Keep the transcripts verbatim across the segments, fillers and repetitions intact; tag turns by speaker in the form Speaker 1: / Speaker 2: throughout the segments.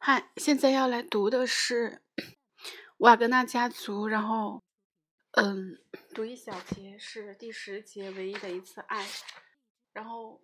Speaker 1: 嗨，现在要来读的是瓦格纳家族，然后，嗯，读一小节是第十节唯一的一次爱，然后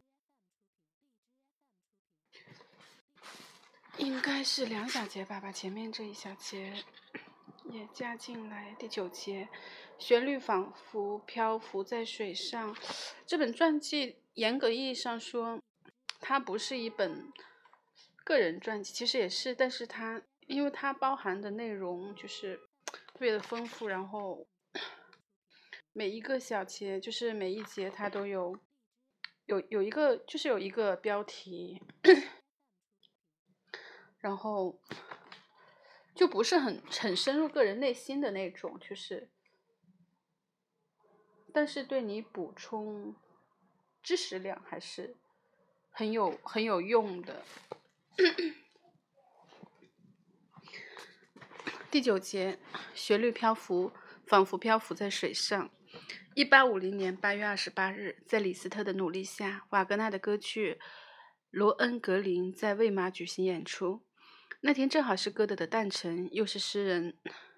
Speaker 1: 应该是两小节吧，把前面这一小节也加进来。第九节，旋律仿佛漂浮在水上。这本传记严格意义上说，它不是一本个人传记，其实也是，但是它因为它包含的内容就是特别的丰富，然后每一个小节就是每一节它都有有有一个就是有一个标题，然后就不是很很深入个人内心的那种，就是但是对你补充知识量还是很有很有用的。第九节，旋律漂浮，仿佛漂浮在水上。一八五零年八月二十八日，在李斯特的努力下，瓦格纳的歌剧《罗恩格林》在魏玛举行演出。那天正好是歌德的诞辰，又是诗人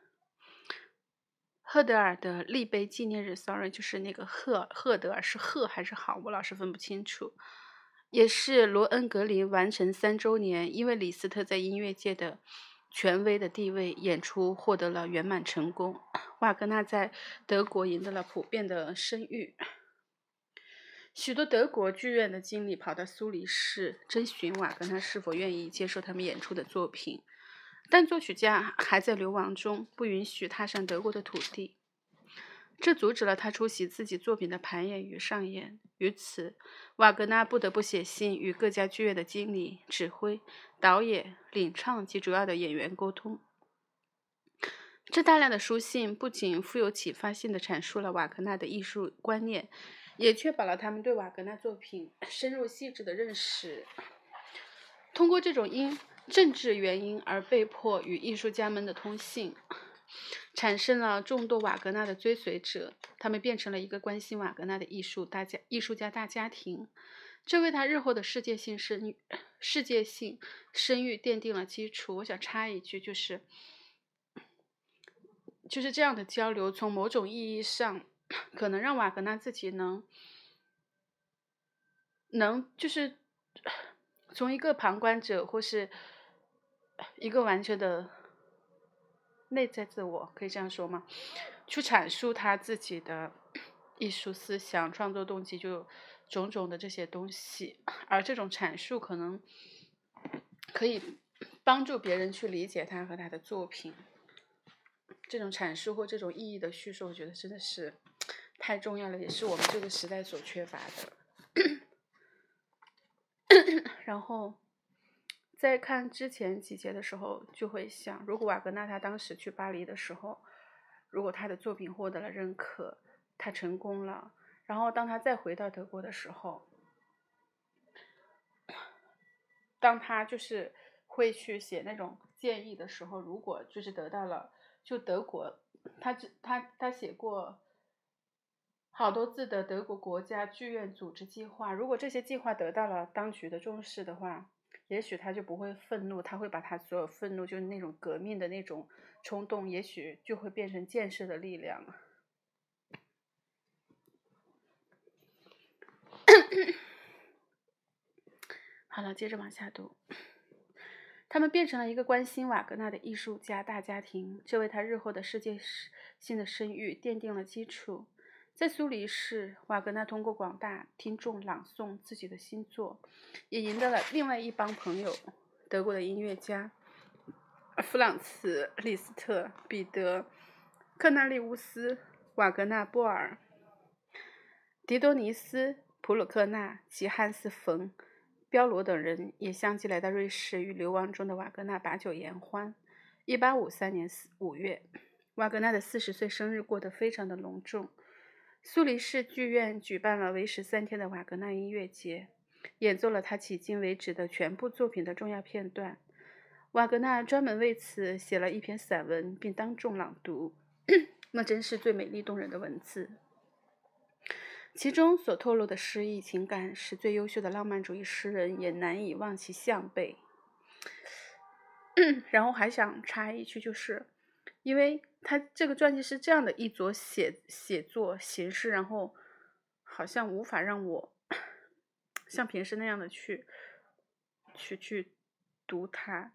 Speaker 1: 赫德尔的立碑纪念日 ，sorry， 就是那个赫赫德尔是赫还是好，我老是分不清楚。也是罗恩格林完成三周年，因为李斯特在音乐界的权威的地位，演出获得了圆满成功。瓦格纳在德国赢得了普遍的声誉。许多德国剧院的经理跑到苏黎世征询瓦格纳是否愿意接受他们演出的作品，但作曲家还在流亡中，不允许踏上德国的土地，这阻止了他出席自己作品的排演与上演。于此，瓦格纳不得不写信与各家剧院的经理、指挥、导演、领唱及主要的演员沟通。这大量的书信不仅富有启发性地阐述了瓦格纳的艺术观念，也确保了他们对瓦格纳作品深入细致的认识。通过这种因政治原因而被迫与艺术家们的通信，产生了众多瓦格纳的追随者，他们变成了一个关心瓦格纳的艺术大家艺术家大家庭，这为他日后的世界性声誉世界性声誉奠定了基础。我想插一句，就是就是这样的交流，从某种意义上可能让瓦格纳自己能能就是从一个旁观者或是一个完全的内在自我，可以这样说吗？去阐述他自己的艺术思想、创作动机，就种种的这些东西，而这种阐述可能可以帮助别人去理解他和他的作品。这种阐述或这种意义的叙述，我觉得真的是太重要了，也是我们这个时代所缺乏的。然后在看之前几节的时候，就会想，如果瓦格纳他当时去巴黎的时候，如果他的作品获得了认可，他成功了，然后当他再回到德国的时候，当他就是会去写那种建议的时候，如果就是得到了，就德国，他他他写过好多字的德国国家剧院组织计划，如果这些计划得到了当局的重视的话，也许他就不会愤怒，他会把他所有愤怒，就是那种革命的那种冲动，也许就会变成建设的力量。好了，接着往下读。他们变成了一个关心瓦格纳的艺术家大家庭，这为他日后的世界性的声誉奠定了基础。在苏黎世，瓦格纳通过广大听众朗诵自己的新作，也赢得了另外一帮朋友，德国的音乐家弗朗茨·李斯特、彼得·克纳利乌斯、瓦格纳波尔、狄多尼斯·普鲁克纳及汉斯·冯·彪罗等人也相继来到瑞士，与流亡中的瓦格纳把酒言欢。一八五三年五月，瓦格纳的四十岁生日过得非常的隆重。苏黎世剧院举办了为时三天的瓦格纳音乐节，演奏了他迄今为止的全部作品的重要片段。瓦格纳专门为此写了一篇散文，并当众朗读，那真是最美丽动人的文字。其中所透露的诗意情感，使最优秀的浪漫主义诗人也难以望其项背。 然后还想插一句，就是因为他这个传记是这样的一组写写作形式，然后好像无法让我像平时那样的去去去读它，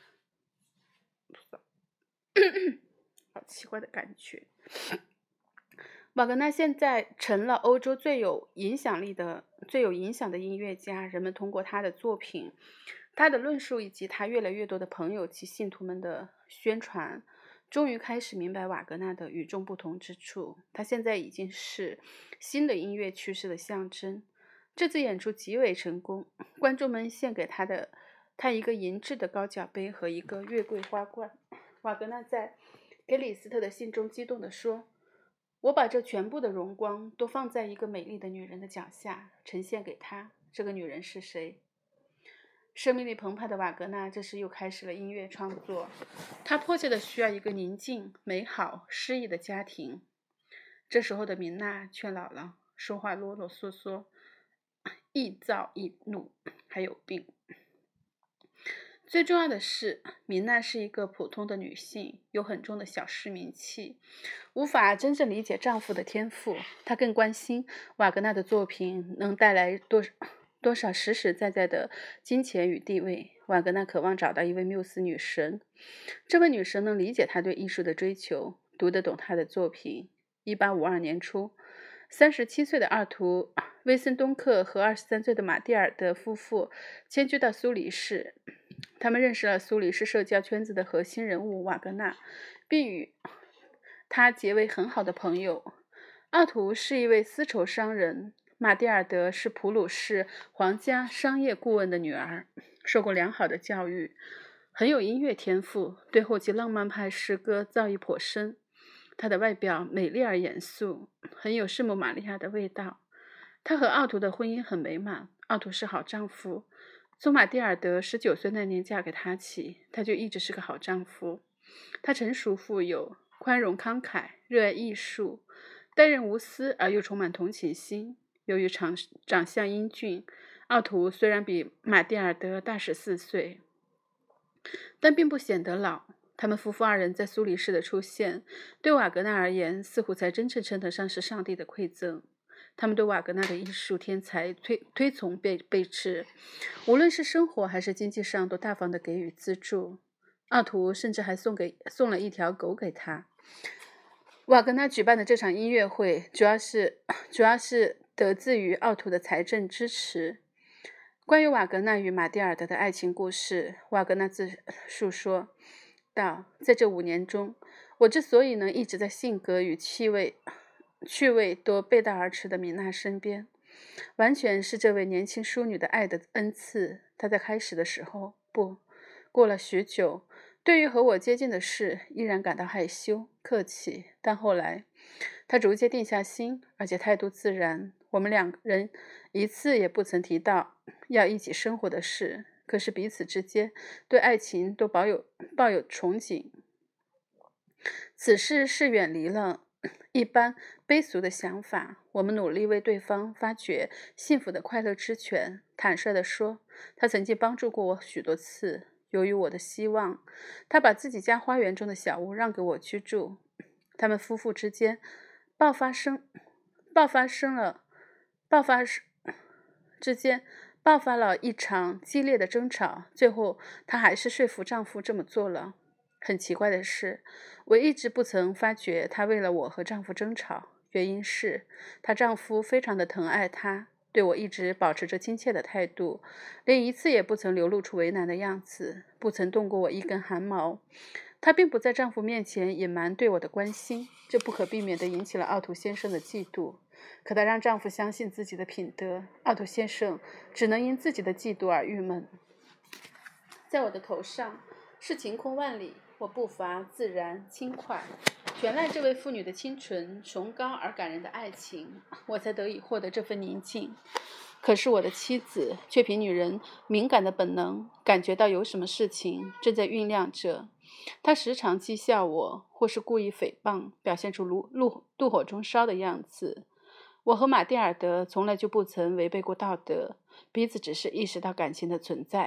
Speaker 1: 好奇怪的感觉。瓦格纳现在成了欧洲最有影响力的、最有影响的音乐家。人们通过他的作品、他的论述以及他越来越多的朋友及信徒们的宣传，终于开始明白瓦格纳的与众不同之处。他现在已经是新的音乐趋势的象征。这次演出极为成功，观众们献给他的他一个银质的高脚杯和一个月桂花冠。瓦格纳在给李斯特的信中激动地说：“我把这全部的荣光都放在一个美丽的女人的脚下，呈现给她。这个女人是谁？”生命力澎湃的瓦格纳这时又开始了音乐创作。他迫切地需要一个宁静、美好、诗意的家庭。这时候的明娜却老了，说话啰啰嗦嗦，易躁易怒，还有病。最重要的是，明娜是一个普通的女性，有很重的小市民气，无法真正理解丈夫的天赋。她更关心瓦格纳的作品能带来多多少实实在在的金钱与地位。瓦格纳渴望找到一位缪斯女神，这位女神能理解他对艺术的追求，读得懂他的作品。一八五二年初，三十七岁的阿图·威森东克和二十三岁的马蒂尔德夫妇迁居到苏黎世。他们认识了苏黎世社交圈子的核心人物瓦格纳，并与他结为很好的朋友。奥图是一位丝绸商人，马蒂尔德是普鲁士皇家商业顾问的女儿，受过良好的教育，很有音乐天赋，对后期浪漫派诗歌造诣颇深。她的外表美丽而严肃，很有圣母玛利亚的味道。她和奥图的婚姻很美满，奥图是好丈夫。从马蒂尔德十九岁那年嫁给他起，他就一直是个好丈夫。他成熟富有，宽容慷慨，热爱艺术，待人无私而又充满同情心。由于长长相英俊，奥图虽然比马蒂尔德大十四岁，但并不显得老。他们夫妇二人在苏黎世的出现，对瓦格纳而言，似乎才真正称得上是上帝的馈赠。他们对瓦格纳的艺术天才推推崇备备至，无论是生活还是经济上都大方地给予资助。奥图甚至还送给送了一条狗给他。瓦格纳举办的这场音乐会，主要是主要是得自于奥图的财政支持。关于瓦格纳与马蒂尔德的爱情故事，瓦格纳自述说道：“在这五年中，我之所以能一直在性格与气味。”趣味都背道而驰的米娜身边，完全是这位年轻淑女的爱的恩赐。她在开始的时候，不，过了许久，对于和我接近的事依然感到害羞客气，但后来她逐渐定下心，而且态度自然。我们两人一次也不曾提到要一起生活的事，可是彼此之间对爱情都抱有抱有憧憬。此事是远离了一般卑俗的想法，我们努力为对方发掘幸福的快乐之泉。坦率地说，他曾经帮助过我许多次。由于我的希望，他把自己家花园中的小屋让给我居住。他们夫妇之间爆发生爆发生了爆发之间爆发了一场激烈的争吵，最后她还是说服丈夫这么做了。很奇怪的是，我一直不曾发觉她为了我和丈夫争吵，原因是她丈夫非常的疼爱她，对我一直保持着亲切的态度，连一次也不曾流露出为难的样子，不曾动过我一根汗毛。她并不在丈夫面前隐瞒对我的关心，这不可避免地引起了奥图先生的嫉妒。可她让丈夫相信自己的品德，奥图先生只能因自己的嫉妒而郁闷。在我的头上是晴空万里，我步伐自然轻快，全赖这位妇女的清纯、崇高而感人的爱情，我才得以获得这份宁静。可是我的妻子却凭女人敏感的本能，感觉到有什么事情正在酝酿着。她时常讥笑我，或是故意诽谤，表现出炉炉妒火中烧的样子。我和马蒂尔德从来就不曾违背过道德，彼此只是意识到感情的存在。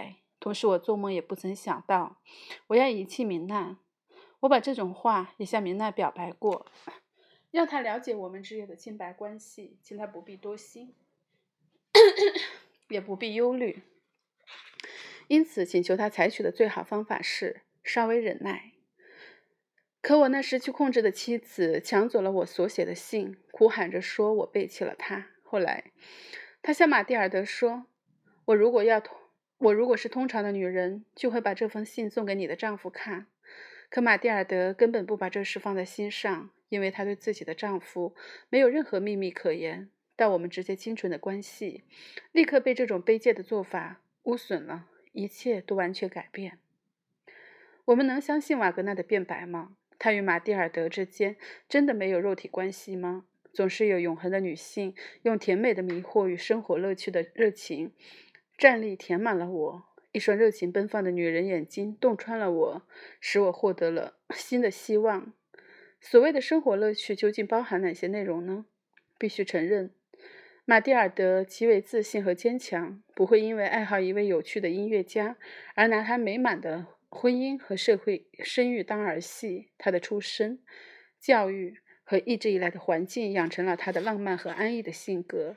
Speaker 1: 同时我做梦也不曾想到我要遗弃明娜。我把这种话也向明娜表白过，让她了解我们之间的清白关系，请她不必多心，也不必忧虑。因此请求她采取的最好方法是稍微忍耐。可我那失去控制的妻子抢走了我所写的信，哭喊着说我背弃了她。后来她向马蒂尔德说，我如果要我如果是通常的女人，就会把这封信送给你的丈夫看。可马蒂尔德根本不把这事放在心上，因为她对自己的丈夫没有任何秘密可言，但我们之间清纯的关系立刻被这种卑贱的做法污损了，一切都完全改变。我们能相信瓦格纳的辩白吗？他与马蒂尔德之间真的没有肉体关系吗？总是有永恒的女性用甜美的迷惑与生活乐趣的热情站立填满了我，一双热情奔放的女人眼睛洞穿了我，使我获得了新的希望。所谓的生活乐趣究竟包含哪些内容呢？必须承认，马蒂尔德极为自信和坚强，不会因为爱好一位有趣的音乐家而拿他美满的婚姻和社会声誉当儿戏。他的出身、教育和一直以来的环境养成了他的浪漫和安逸的性格。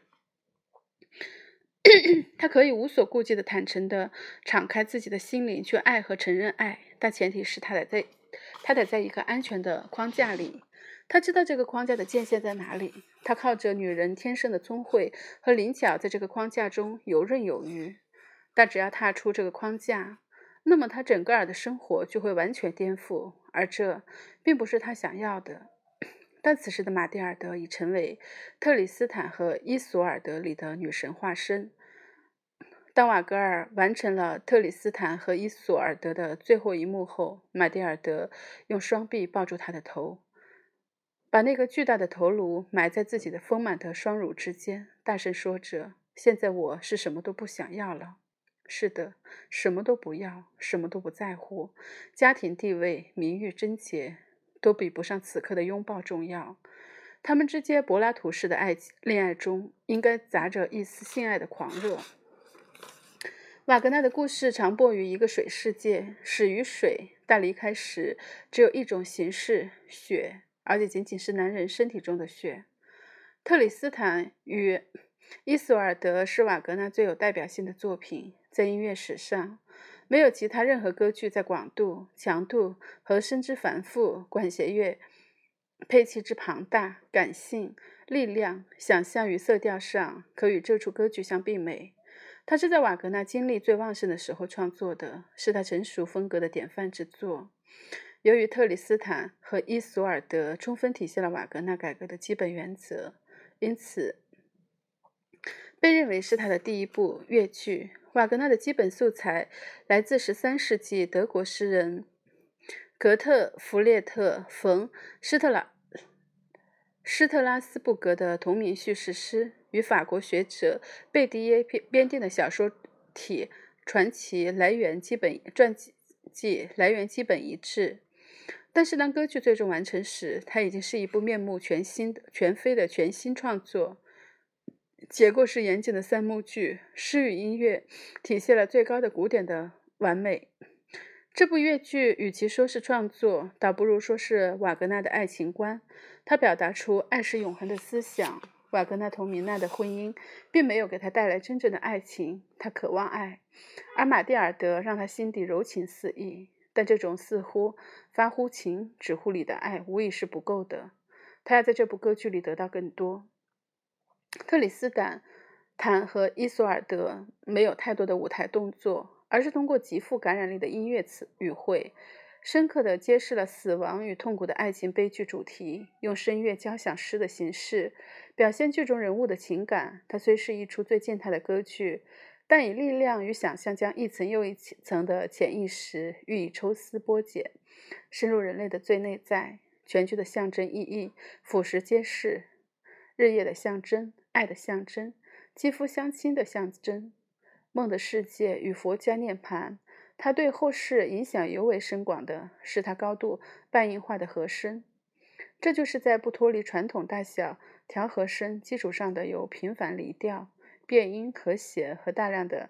Speaker 1: 他可以无所顾忌地坦诚地敞开自己的心灵去爱和承认爱，但前提是他得在他得在一个安全的框架里。他知道这个框架的界限在哪里，他靠着女人天生的聪慧和灵巧在这个框架中游刃有余。但只要踏出这个框架，那么他整个儿的生活就会完全颠覆，而这并不是他想要的。但此时的马蒂尔德已成为特里斯坦和伊索尔德里的女神化身。当瓦格尔完成了特里斯坦和伊索尔德的最后一幕后，马蒂尔德用双臂抱住他的头，把那个巨大的头颅埋在自己的丰满的双乳之间，大声说着，现在我是什么都不想要了。是的，什么都不要，什么都不在乎，家庭地位、名誉、贞洁都比不上此刻的拥抱重要。他们之间柏拉图式的爱恋爱中应该杂着一丝性爱的狂热。瓦格纳的故事常播于一个水世界，始于水，但离开时只有一种形式，血，而且仅仅是男人身体中的血。特里斯坦与伊索尔德是瓦格纳最有代表性的作品，在音乐史上没有其他任何歌剧在广度、强度、和声之繁复、管弦乐配器之庞大、感性、力量、想象与色调上可与这出歌剧相媲美。它是在瓦格纳精力最旺盛的时候创作的，是他成熟风格的典范之作。由于特里斯坦和伊索尔德充分体现了瓦格纳改革的基本原则，因此被认为是他的第一部乐剧。瓦格纳的基本素材来自十三世纪德国诗人格特弗列特·冯·施特拉施特拉斯布格的同名叙事诗，与法国学者贝迪耶编订的小说体传奇来源基本传记来源基本一致。但是当歌剧最终完成时，它已经是一部面目全新的全非的全新创作。结构是严谨的三幕剧，诗与音乐体现了最高的古典的完美。这部乐剧与其说是创作，倒不如说是瓦格纳的爱情观。它表达出爱是永恒的思想。瓦格纳同明娜的婚姻并没有给他带来真正的爱情，他渴望爱，而马蒂尔德让他心底柔情四溢。但这种似乎发乎情止乎礼的爱无疑是不够的，他要在这部歌剧里得到更多。特里斯坦坦和伊索尔德没有太多的舞台动作，而是通过极富感染力的音乐词语汇，深刻地揭示了死亡与痛苦的爱情悲剧主题，用声乐交响诗的形式表现剧中人物的情感。它虽是一出最静态的歌剧，但以力量与想象将一层又一层的潜意识予以抽丝剥茧，深入人类的最内在。全剧的象征意义俯拾皆是：日夜的象征，爱的象征，肌肤相亲的象征，梦的世界与佛家涅槃。他对后世影响尤为深广的是他高度半音化的和声，这就是在不脱离传统大小调和声基础上的有频繁离调、变音、和谐和大量的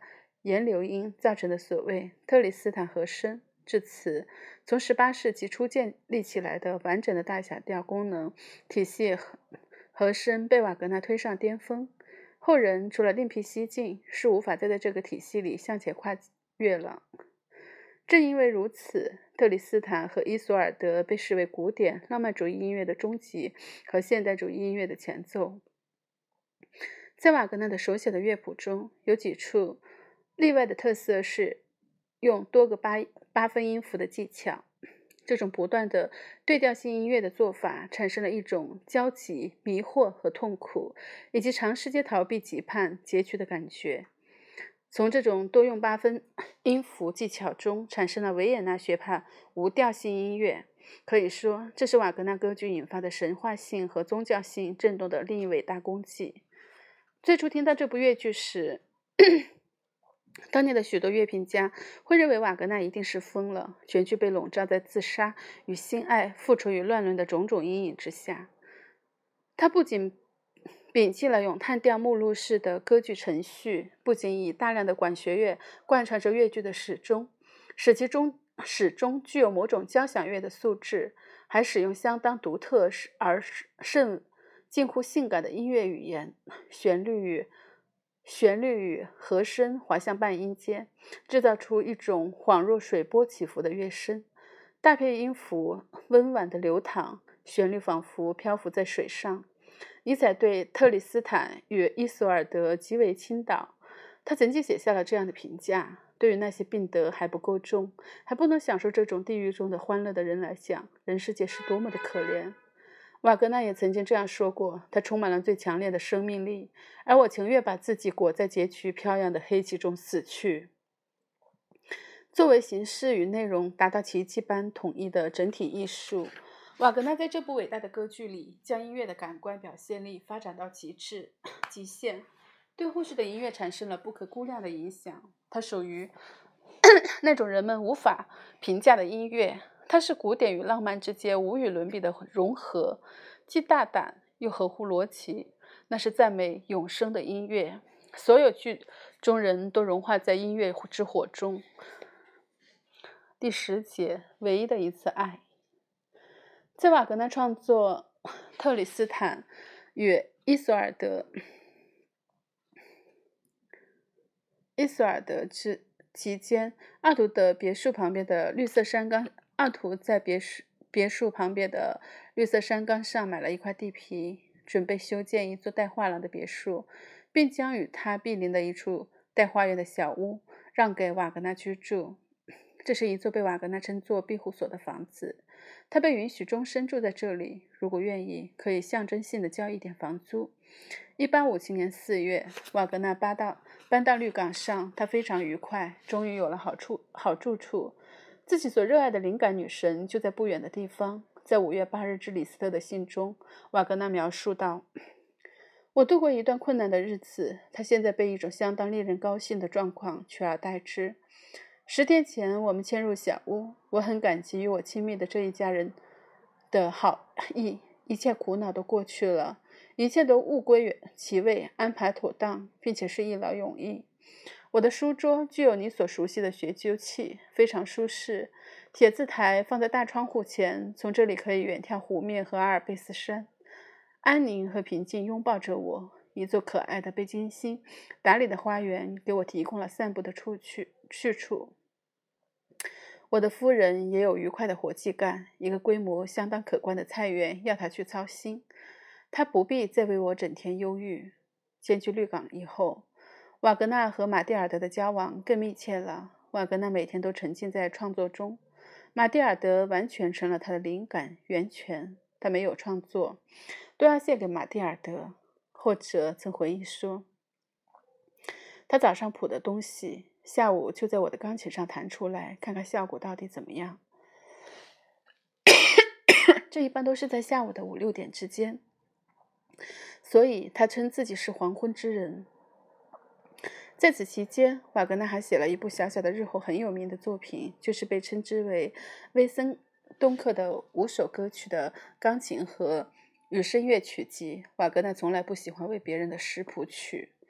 Speaker 1: 沿流音造成的所谓特里斯坦和声。至此，从十八世纪初建立起来的完整的大小调功能体系和和声被瓦格纳推上巅峰。后人除了另辟蹊径，是无法再在这个体系里向前跨越了。正因为如此，特里斯坦和伊索尔德被视为古典浪漫主义音乐的终极和现代主义音乐的前奏。在瓦格纳的手写的乐谱中，有几处例外的特色是用多个八八分音符的技巧。这种不断的对调性音乐的做法产生了一种焦急、迷惑和痛苦，以及长时间逃避期盼拮据的感觉。从这种多用八分音符技巧中产生了维也纳学派无调性音乐，可以说这是瓦格纳歌剧引发的神话性和宗教性震动的另一伟大功绩。最初听到这部乐剧时，当年的许多乐评家会认为瓦格纳一定是疯了，全剧被笼罩在自杀与性爱、复仇与乱伦的种种阴影之下。他不仅摒弃了咏叹调目录式的歌剧程序，不仅以大量的管弦乐贯穿着乐剧的始终，使其中始终具有某种交响乐的素质，还使用相当独特而甚近乎性感的音乐语言，旋律与旋律与和声滑向半音间，制造出一种恍若水波起伏的乐声。大片音符温婉的流淌，旋律仿佛漂浮在水上。尼采对特里斯坦与伊索尔德极为倾倒，他曾经写下了这样的评价：对于那些病得还不够重，还不能享受这种地狱中的欢乐的人来讲，人世界是多么的可怜。瓦格纳也曾经这样说过，他充满了最强烈的生命力，而我情愿把自己裹在结局飘扬的黑气中死去。作为形式与内容达到奇迹般统一的整体艺术，瓦格纳在这部伟大的歌剧里将音乐的感官表现力发展到极致极限，对后世的音乐产生了不可估量的影响。它属于那种人们无法评价的音乐，它是古典与浪漫之间无与伦比的融合，既大胆又合乎逻辑。那是赞美永生的音乐，所有剧中人都融化在音乐之火中。第十节，唯一的一次爱。在瓦格纳创作特里斯坦与伊索尔德伊索尔德之期间，奥图的别墅旁边的绿色山岗，奥图在别墅别墅旁边的绿色山岗上买了一块地皮，准备修建一座带画廊的别墅，并将与他毗邻的一处带花园的小屋让给瓦格纳居住。这是一座被瓦格纳称作庇护所的房子，他被允许终身住在这里，如果愿意，可以象征性的交一点房租。一八五七年四月，瓦格纳搬到搬到绿港上，他非常愉快，终于有了好处好住处。自己所热爱的灵感女神就在不远的地方。在五月八日至李斯特的信中，瓦格纳描述道：我度过一段困难的日子，他现在被一种相当令人高兴的状况取而代之。十天前，我们迁入小屋，我很感激与我亲密的这一家人的好意，一切苦恼都过去了，一切都物归其位，安排妥当，并且是一劳永逸。我的书桌具有你所熟悉的学究器，非常舒适，铁字台放在大窗户前，从这里可以远眺湖面和阿尔卑斯山。安宁和平静拥抱着我，一座可爱的被精心打理的花园给我提供了散步的处去去处。我的夫人也有愉快的活计干，一个规模相当可观的菜园要她去操心，她不必再为我整天忧郁。迁居绿港以后，瓦格纳和马蒂尔德的交往更密切了。瓦格纳每天都沉浸在创作中，马蒂尔德完全成了他的灵感源泉。他没有创作，都要献给马蒂尔德。或者曾回忆说，他早上谱的东西，下午就在我的钢琴上弹出来，看看效果到底怎么样。这一般都是在下午的五六点之间，所以他称自己是黄昏之人。在此期间，瓦格纳还写了一部小小的日后很有名的作品，就是被称之为威森东克的五首歌曲的钢琴和与声乐曲集。瓦格纳从来不喜欢为别人的诗谱曲。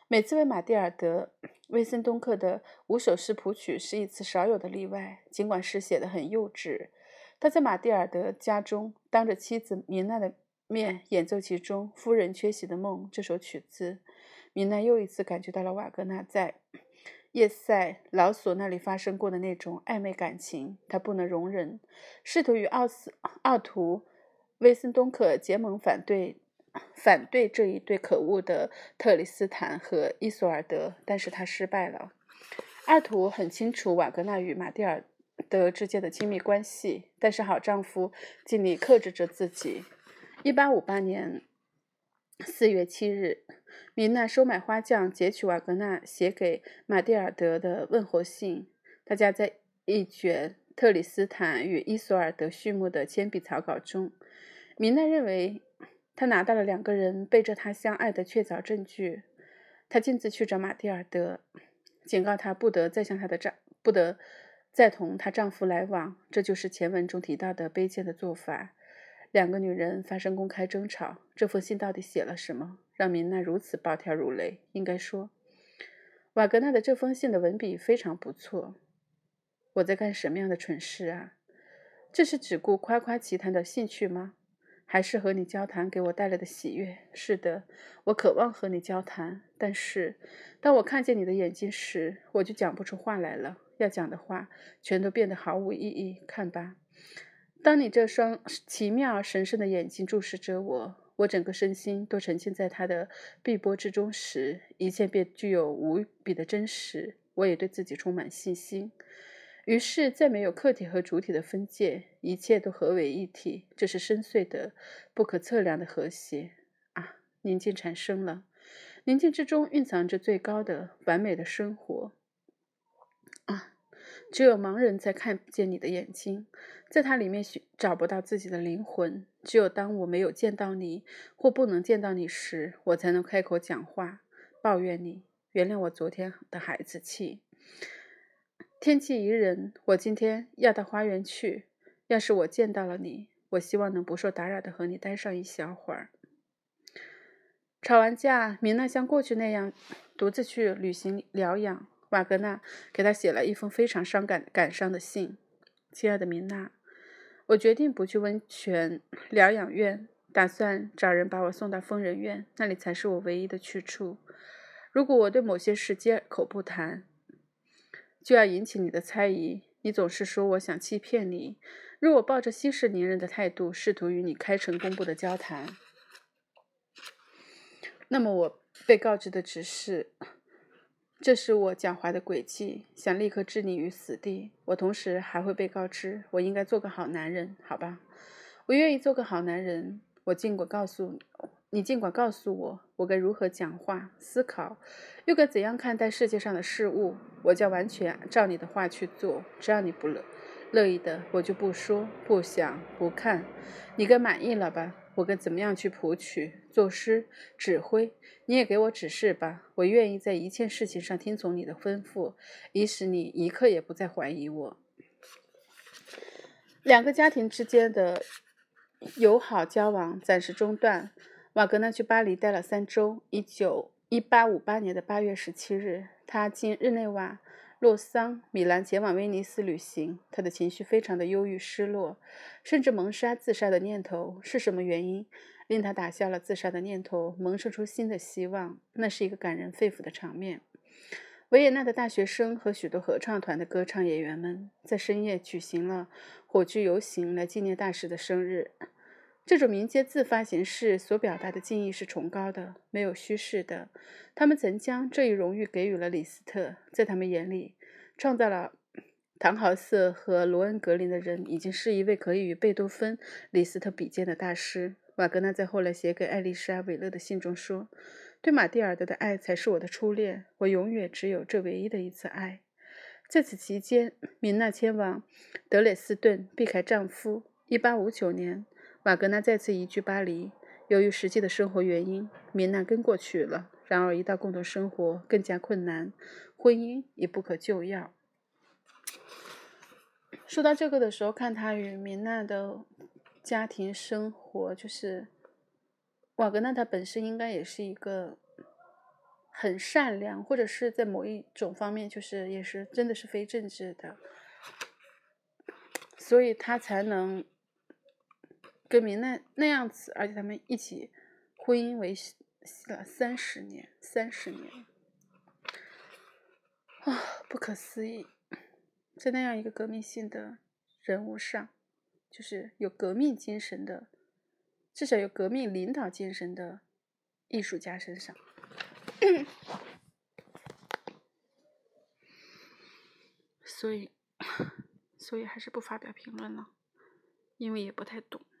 Speaker 1: 每次为马蒂尔德·威森东克的五首诗谱曲是一次少有的例外，尽管诗写得很幼稚。他在马蒂尔德家中当着妻子米娜的面演奏其中《夫人缺席的梦》这首曲子。米娜又一次感觉到了瓦格纳在叶塞劳索那里发生过的那种暧昧感情，他不能容忍，试图与奥斯奥图·威森东克结盟反对反对这一对可恶的特里斯坦和伊索尔德，但是他失败了。阿图很清楚瓦格纳与马蒂尔德之间的亲密关系，但是好丈夫尽力克制着自己。一八五八年四月七日，米娜收买花匠截取瓦格纳写给马蒂尔德的问候信，他夹在一卷特里斯坦与伊索尔德序幕的铅笔草稿中。米娜认为他拿到了两个人背着他相爱的确凿证据。他亲自去找马蒂尔德，警告他不得再向他的丈不得再同她丈夫来往，这就是前文中提到的卑贱的做法。两个女人发生公开争吵，这封信到底写了什么，让米娜如此暴跳如雷？应该说，瓦格纳的这封信的文笔非常不错。我在干什么样的蠢事啊？这是只顾夸夸其谈的兴趣吗？还是和你交谈给我带来的喜悦？是的，我渴望和你交谈，但是当我看见你的眼睛时，我就讲不出话来了。要讲的话全都变得毫无意义。看吧，当你这双奇妙神圣的眼睛注视着我，我整个身心都沉浸在它的碧波之中时，一切便具有无比的真实。我也对自己充满信心。于是再没有客体和主体的分界，一切都合为一体，这是深邃的不可测量的和谐啊！宁静产生了，宁静之中蕴藏着最高的完美的生活啊！只有盲人才看不见你的眼睛，在它里面找不到自己的灵魂。只有当我没有见到你或不能见到你时，我才能开口讲话，抱怨你，原谅我昨天的孩子气。天气宜人，我今天要到花园去。要是我见到了你，我希望能不受打扰的和你待上一小会儿。吵完架，米娜像过去那样独自去旅行疗养。瓦格纳给她写了一封非常伤感感伤的信。亲爱的米娜，我决定不去温泉疗养院，打算找人把我送到疯人院，那里才是我唯一的去处。如果我对某些事接口不谈，就要引起你的猜疑。你总是说我想欺骗你，若我抱着息事宁人的态度试图与你开诚公布的交谈，那么我被告知的只是这是我狡猾的诡计，想立刻置你于死地。我同时还会被告知我应该做个好男人，好吧？我愿意做个好男人。我尽管告诉你你尽管告诉我，我该如何讲话、思考，又该怎样看待世界上的事物，我将完全照你的话去做。只要你不乐乐意的，我就不说、不想、不看。你该满意了吧？我该怎么样去谱曲、作诗、指挥？你也给我指示吧。我愿意在一切事情上听从你的吩咐，以使你一刻也不再怀疑我。两个家庭之间的友好交往暂时中断。瓦格纳去巴黎待了三周。一八五八年的八月十七日，他经日内瓦、洛桑、米兰前往威尼斯旅行。他的情绪非常的忧郁失落，甚至萌杀自杀的念头。是什么原因令他打消了自杀的念头，萌生出新的希望？那是一个感人肺腑的场面。维也纳的大学生和许多合唱团的歌唱演员们在深夜举行了火炬游行来纪念大师的生日。这种民间自发形式所表达的敬意是崇高的，没有虚饰的。他们曾将这一荣誉给予了李斯特，在他们眼里，创造了唐豪瑟和罗恩格林的人已经是一位可以与贝多芬、李斯特比肩的大师。瓦格纳在后来写给艾丽莎·韦勒的信中说，对马蒂尔德的爱才是我的初恋，我永远只有这唯一的一次爱。在此期间，米娜迁往德累斯顿避开丈夫。一八五九年，瓦格纳再次移居巴黎。由于实际的生活原因，米娜跟过去了。然而一到共同生活更加困难，婚姻已不可救药。说到这个的时候，看他与米娜的家庭生活，就是瓦格纳他本身应该也是一个很善良，或者是在某一种方面就是也是真的是非正直的，所以他才能革命那那样子，而且他们一起婚姻维系了三十年，三十年啊，不可思议！在那样一个革命性的人物上，就是有革命精神的，至少有革命领导精神的艺术家身上。所以，所以还是不发表评论了，因为也不太懂。